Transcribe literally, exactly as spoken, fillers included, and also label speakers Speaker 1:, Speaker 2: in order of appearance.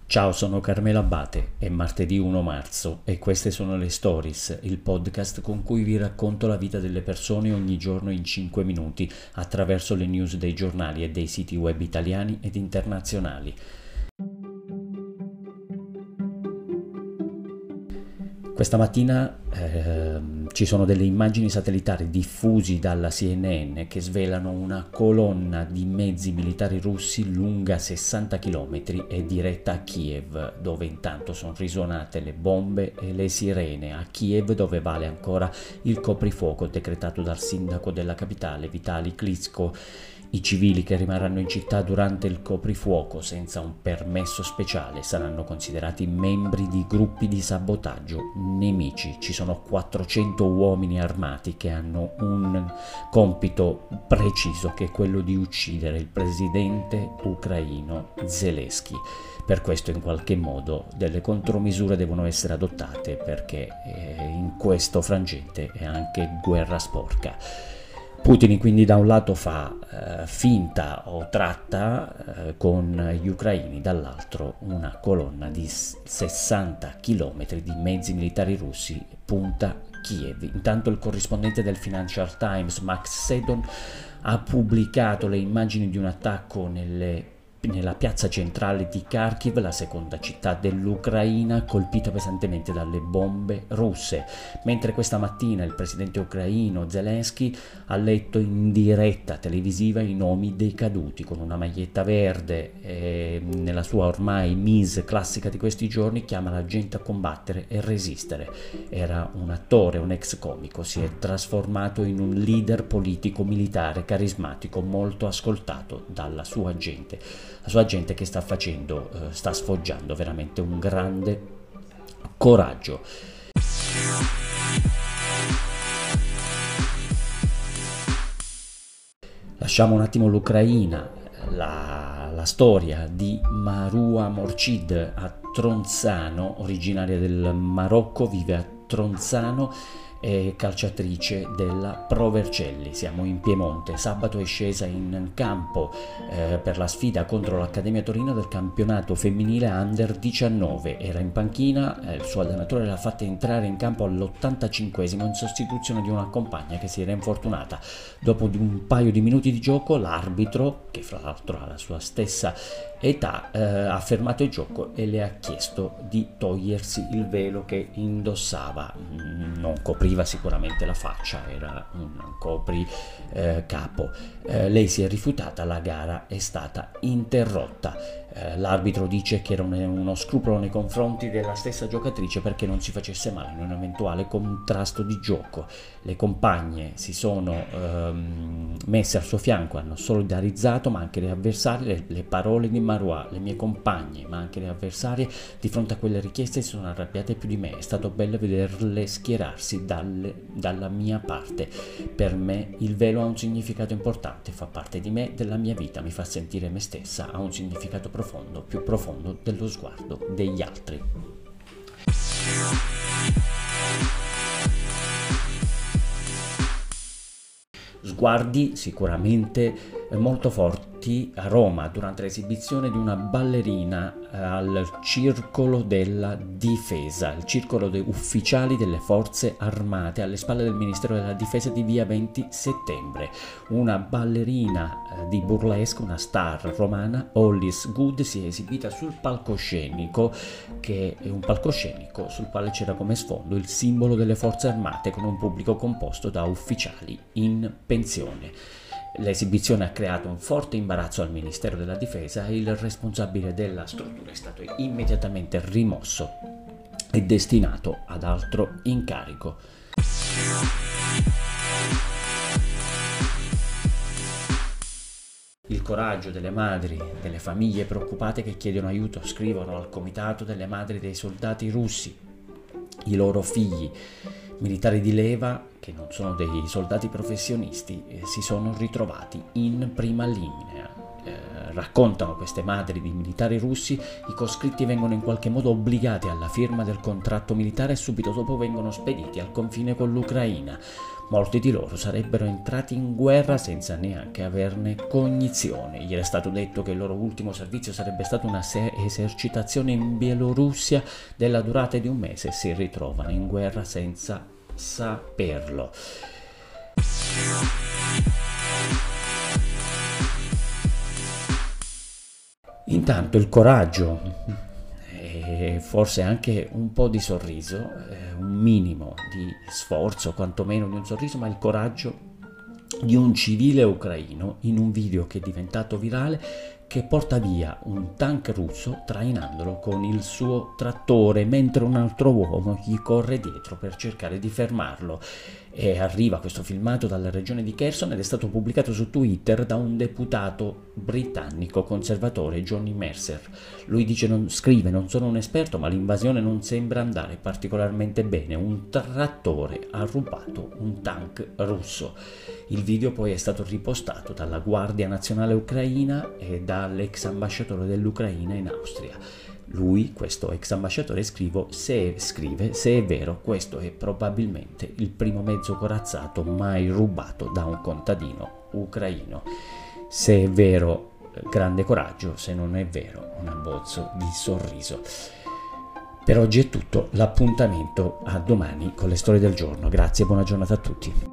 Speaker 1: Ciao, sono Carmelo Abate, è martedì primo marzo e queste sono le Stories, il podcast con cui vi racconto la vita delle persone ogni giorno in cinque minuti attraverso le news dei giornali e dei siti web italiani ed internazionali. Questa mattina eh, ci sono delle immagini satellitari diffusi dalla C N N che svelano una colonna di mezzi militari russi lunga sessanta chilometri e diretta a Kiev, dove intanto sono risuonate le bombe e le sirene. A Kiev, dove vale ancora il coprifuoco decretato dal sindaco della capitale, Vitali Klitschko. I civili che rimarranno in città durante il coprifuoco senza un permesso speciale saranno considerati membri di gruppi di sabotaggio nemici. Ci sono quattrocento uomini armati che hanno un compito preciso, che è quello di uccidere il presidente ucraino Zelensky. Per questo in qualche modo delle contromisure devono essere adottate, perché eh, in questo frangente è anche guerra sporca. Putin quindi da un lato fa eh, finta o tratta eh, con gli ucraini, dall'altro una colonna di sessanta chilometri di mezzi militari russi punta Kiev. Intanto il corrispondente del Financial Times, Max Seddon, ha pubblicato le immagini di un attacco nelle nella piazza centrale di Kharkiv, la seconda città dell'Ucraina, colpita pesantemente dalle bombe russe, mentre questa mattina il presidente ucraino Zelensky ha letto in diretta televisiva i nomi dei caduti con una maglietta verde e nella sua ormai mise classica di questi giorni chiama la gente a combattere e resistere. Era un attore, un ex comico, si è trasformato in un leader politico militare carismatico molto ascoltato dalla sua gente. La sua gente che sta facendo, eh, sta sfoggiando veramente un grande coraggio. Lasciamo un attimo l'Ucraina, la, la storia di Marua Morcid a Tronzano, originaria del Marocco, vive a Tronzano, è calciatrice della Pro Vercelli. Siamo in Piemonte. Sabato è scesa in campo eh, per la sfida contro l'Accademia Torino del campionato femminile under diciannove. Era in panchina, eh, il suo allenatore l'ha fatta entrare in campo all'ottantacinquesimo in sostituzione di una compagna che si era infortunata. Dopo di un paio di minuti di gioco, l'arbitro, che fra l'altro ha la sua stessa età, eh, ha fermato il gioco e le ha chiesto di togliersi il velo che indossava. Non copriva sicuramente la faccia, era un copri eh, capo. Eh, lei si è rifiutata, la gara è stata interrotta. Eh, l'arbitro dice che era un, uno scrupolo nei confronti della stessa giocatrice perché non si facesse male in un eventuale contrasto di gioco. Le compagne si sono ehm, messe al suo fianco, hanno solidarizzato, ma anche le avversarie. Le, le parole di Marua: le mie compagne ma anche le avversarie di fronte a quelle richieste si sono arrabbiate più di me, è stato bello vederle schierarsi dalle, dalla mia parte. Per me il velo ha un significato importante, fa parte di me, della mia vita, mi fa sentire me stessa, ha un significato profondo, più profondo dello sguardo degli altri. Sguardi sicuramente molto forti a Roma durante l'esibizione di una ballerina al Circolo della Difesa, il circolo dei ufficiali delle forze armate alle spalle del Ministero della Difesa di via venti settembre. Una ballerina di burlesque, una star romana, Hollis Good, si è esibita sul palcoscenico, che è un palcoscenico sul quale c'era come sfondo il simbolo delle forze armate con un pubblico composto da ufficiali in pensione. L'esibizione ha creato un forte imbarazzo al Ministero della Difesa e il responsabile della struttura è stato immediatamente rimosso e destinato ad altro incarico. Il coraggio delle madri, delle famiglie preoccupate che chiedono aiuto, scrivono al comitato delle madri dei soldati russi. I loro figli militari di leva, che non sono dei soldati professionisti, eh, si sono ritrovati in prima linea. Eh, raccontano queste madri di militari russi, i coscritti vengono in qualche modo obbligati alla firma del contratto militare e subito dopo vengono spediti al confine con l'Ucraina. Molti di loro sarebbero entrati in guerra senza neanche averne cognizione. Gli era stato detto che il loro ultimo servizio sarebbe stata una se- esercitazione in Bielorussia della durata di un mese e si ritrovano in guerra senza saperlo. Intanto il coraggio e forse anche un po' di sorriso, eh, un minimo di sforzo, quantomeno di un sorriso, ma il coraggio di un civile ucraino in un video che è diventato virale, che porta via un tank russo trainandolo con il suo trattore mentre un altro uomo gli corre dietro per cercare di fermarlo. E arriva questo filmato dalla regione di Kherson ed è stato pubblicato su Twitter da un deputato britannico conservatore, Johnny Mercer. Lui dice, non, scrive, non sono un esperto, ma l'invasione non sembra andare particolarmente bene. Un trattore ha rubato un tank russo. Il video poi è stato ripostato dalla Guardia Nazionale Ucraina e dall'ex ambasciatore dell'Ucraina in Austria. Lui, questo ex ambasciatore, scrivo, se, scrive, se è vero, questo è probabilmente il primo mezzo corazzato mai rubato da un contadino ucraino. Se è vero, grande coraggio, se non è vero, un abbozzo di sorriso. Per oggi è tutto, l'appuntamento a domani con le storie del giorno. Grazie e buona giornata a tutti.